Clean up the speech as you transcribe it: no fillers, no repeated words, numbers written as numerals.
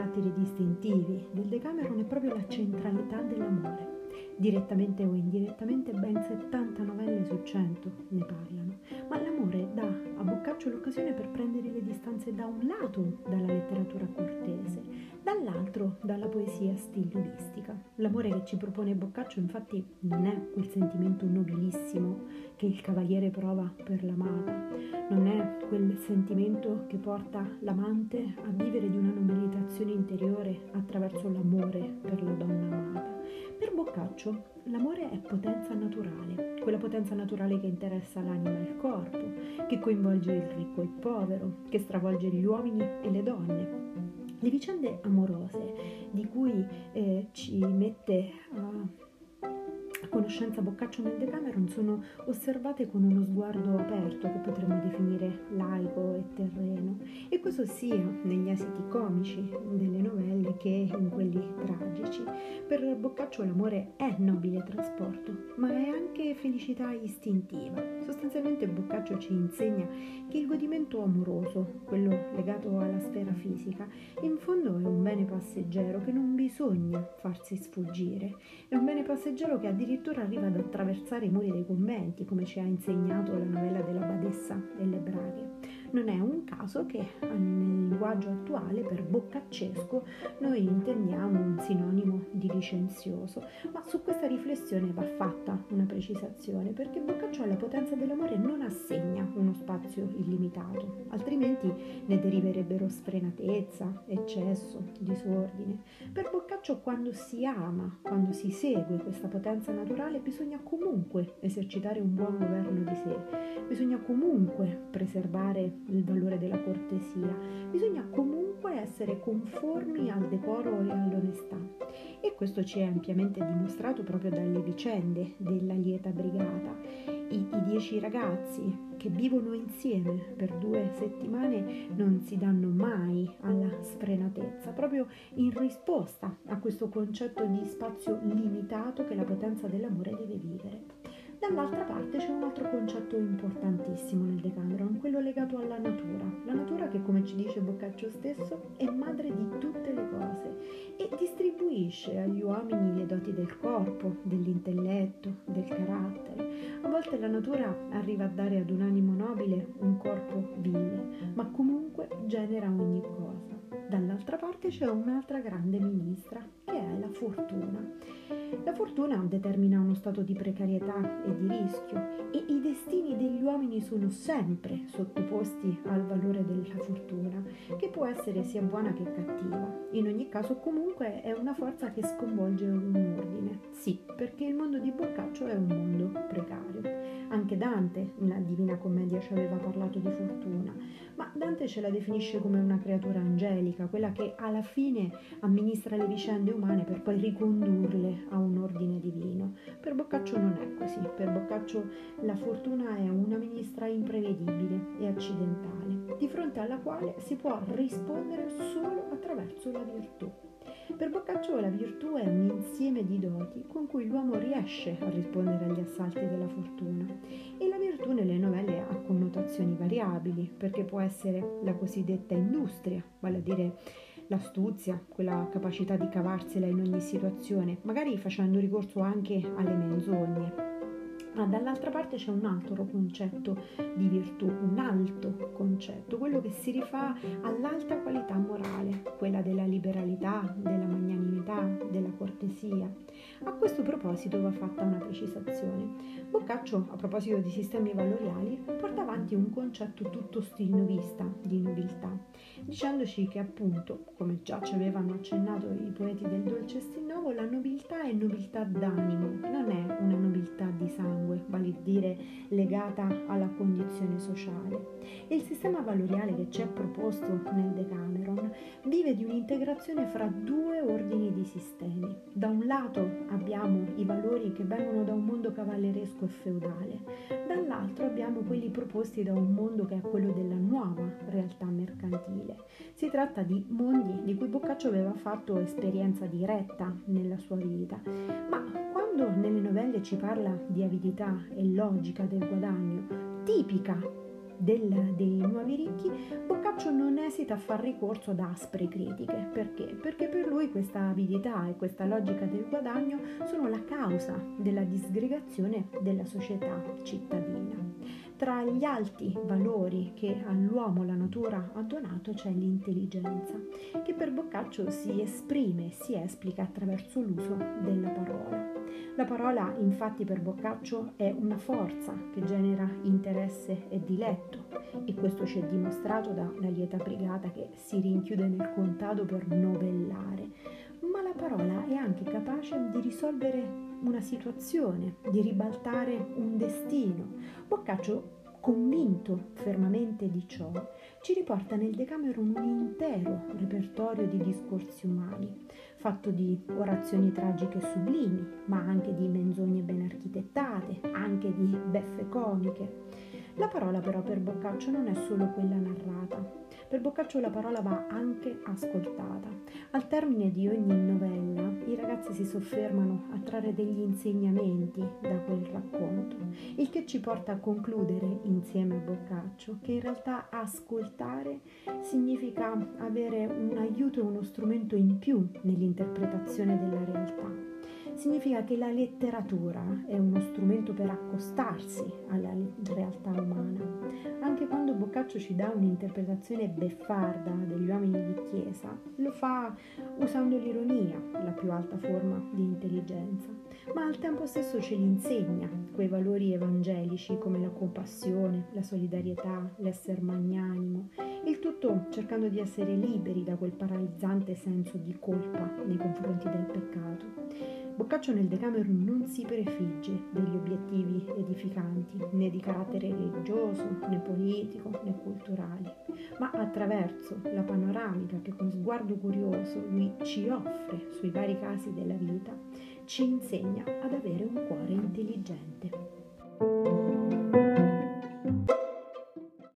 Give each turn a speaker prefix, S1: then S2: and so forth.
S1: caratteri distintivi del Decameron è proprio la centralità dell'amore. Direttamente o indirettamente ben 70 novelle su 100 ne parlano, ma l'amore dà a Boccaccio l'occasione per prendere le distanze da un lato dalla letteratura cortese, dall'altro dalla poesia stilistica. L'amore che ci propone Boccaccio infatti non è quel sentimento nobilissimo che il cavaliere prova per l'amata, non è quel sentimento che porta l'amante a vivere di una nobilitazione interiore attraverso l'amore per la donna amata. Per Boccaccio l'amore è potenza naturale, quella potenza naturale che interessa l'anima e il corpo, che coinvolge il ricco e il povero, che stravolge gli uomini e le donne. Le vicende amorose di cui ci mette a conoscenza Boccaccio nel Decameron sono osservate con uno sguardo aperto che potremmo definire laico e terreno, e questo sia negli esiti comici delle novelle che in quelli tragici. Per Boccaccio l'amore è nobile trasporto, ma è anche felicità istintiva. Sostanzialmente Boccaccio ci insegna che il godimento amoroso, quello legato alla sfera fisica, in fondo è un bene passeggero che non bisogna farsi sfuggire, è un bene passeggero che addirittura arriva ad attraversare i muri dei conventi, come ci ha insegnato la novella della badessa e le braghe. Non è un caso che nel linguaggio attuale per boccaccesco noi intendiamo un sinonimo di licenzioso, ma su questa riflessione va fatta una precisazione, perché Boccaccio alla potenza dell'amore non assegna uno spazio illimitato, altrimenti ne deriverebbero sfrenatezza, eccesso, disordine. Per Boccaccio quando si ama, quando si segue questa potenza naturale, bisogna comunque esercitare un buon governo di sé, bisogna comunque preservare il valore della cortesia, bisogna comunque essere conformi al decoro e all'onestà. E questo ci è ampiamente dimostrato proprio dalle vicende della lieta brigata. I 10 ragazzi che vivono insieme per 2 settimane non si danno mai alla sfrenatezza, proprio in risposta a questo concetto di spazio limitato che la potenza dell'amore deve vivere. Dall'altra parte c'è un altro concetto importantissimo nel Decameron, quello legato alla natura. La natura che, come ci dice Boccaccio stesso, è madre di tutte le cose e distribuisce agli uomini le doti del corpo, dell'intelletto, del carattere. A volte la natura arriva a dare ad un animo nobile un corpo vile, ma comunque genera ogni cosa. Dall'altra parte c'è un'altra grande ministra, che è la fortuna. La fortuna determina uno stato di precarietà e di rischio e i destini degli uomini sono sempre sottoposti al valore della fortuna, che può essere sia buona che cattiva. In ogni caso comunque è una forza che sconvolge un ordine. Sì, perché il mondo di Boccaccio è un mondo precario. Anche Dante, nella Divina Commedia, ci aveva parlato di fortuna, ma Dante ce la definisce come una creatura angelica, quella che alla fine amministra le vicende umane per poi ricondurle a un ordine divino. Per Boccaccio non è così. Per Boccaccio la fortuna è una ministra imprevedibile e accidentale, di fronte alla quale si può rispondere solo attraverso la virtù. Per Boccaccio la virtù è un insieme di doti con cui l'uomo riesce a rispondere agli assalti della fortuna, e la virtù nelle novelle ha connotazioni variabili, perché può essere la cosiddetta industria, vale a dire l'astuzia, quella capacità di cavarsela in ogni situazione, magari facendo ricorso anche alle menzogne. Ma dall'altra parte c'è un altro concetto di virtù, un alto concetto, quello che si rifà all'alta qualità morale, quella della liberalità, della magnanimità, della cortesia. A questo proposito va fatta una precisazione. Boccaccio, a proposito di sistemi valoriali, porta avanti un concetto tutto stilnovista di nobiltà, dicendoci che appunto, come già ci avevano accennato i poeti del dolce stil nuovo, la nobiltà è nobiltà d'animo, non è una nobiltà di sangue, vale a dire legata alla condizione sociale. E il sistema valoriale che ci è proposto nel Decameron vive di un'integrazione fra 2 ordini di sistemi. Da un lato abbiamo i valori che vengono da un mondo cavalleresco e feudale, dall'altro abbiamo quelli proposti da un mondo che è quello della nuova realtà mercantile. Si tratta di mondi di cui Boccaccio aveva fatto esperienza diretta nella sua vita, ma quando nelle novelle ci parla di avidità e logica del guadagno, tipica dei nuovi ricchi, Boccaccio non esita a far ricorso ad aspre critiche. Perché? Perché per lui questa avidità e questa logica del guadagno sono la causa della disgregazione della società cittadina. Tra gli alti valori che all'uomo la natura ha donato c'è l'intelligenza, che per Boccaccio si esprime e si esplica attraverso l'uso della parola. La parola, infatti, per Boccaccio è una forza che genera interesse e diletto, e questo ci è dimostrato dalla lieta brigata che si rinchiude nel contado per novellare. Ma la parola è anche capace di risolvere una situazione, di ribaltare un destino. Boccaccio, convinto fermamente di ciò, ci riporta nel Decameron un intero repertorio di discorsi umani, fatto di orazioni tragiche e sublimi, ma anche di menzogne ben architettate, anche di beffe comiche. La parola però per Boccaccio non è solo quella narrata. Per Boccaccio la parola va anche ascoltata. Al termine di ogni novella i ragazzi si soffermano a trarre degli insegnamenti da quel racconto, il che ci porta a concludere insieme a Boccaccio che in realtà ascoltare significa avere un aiuto e uno strumento in più nell'interpretazione della realtà. Significa che la letteratura è uno strumento per accostarsi alla realtà umana. Anche quando Boccaccio ci dà un'interpretazione beffarda degli uomini di chiesa, lo fa usando l'ironia, la più alta forma di intelligenza, ma al tempo stesso ce li insegna quei valori evangelici come la compassione, la solidarietà, l'essere magnanimo, il tutto cercando di essere liberi da quel paralizzante senso di colpa nei confronti del peccato. Boccaccio nel Decameron non si prefigge degli obiettivi edificanti, né di carattere religioso, né politico, né culturali, ma attraverso la panoramica che con sguardo curioso lui ci offre sui vari casi della vita, ci insegna ad avere un cuore intelligente.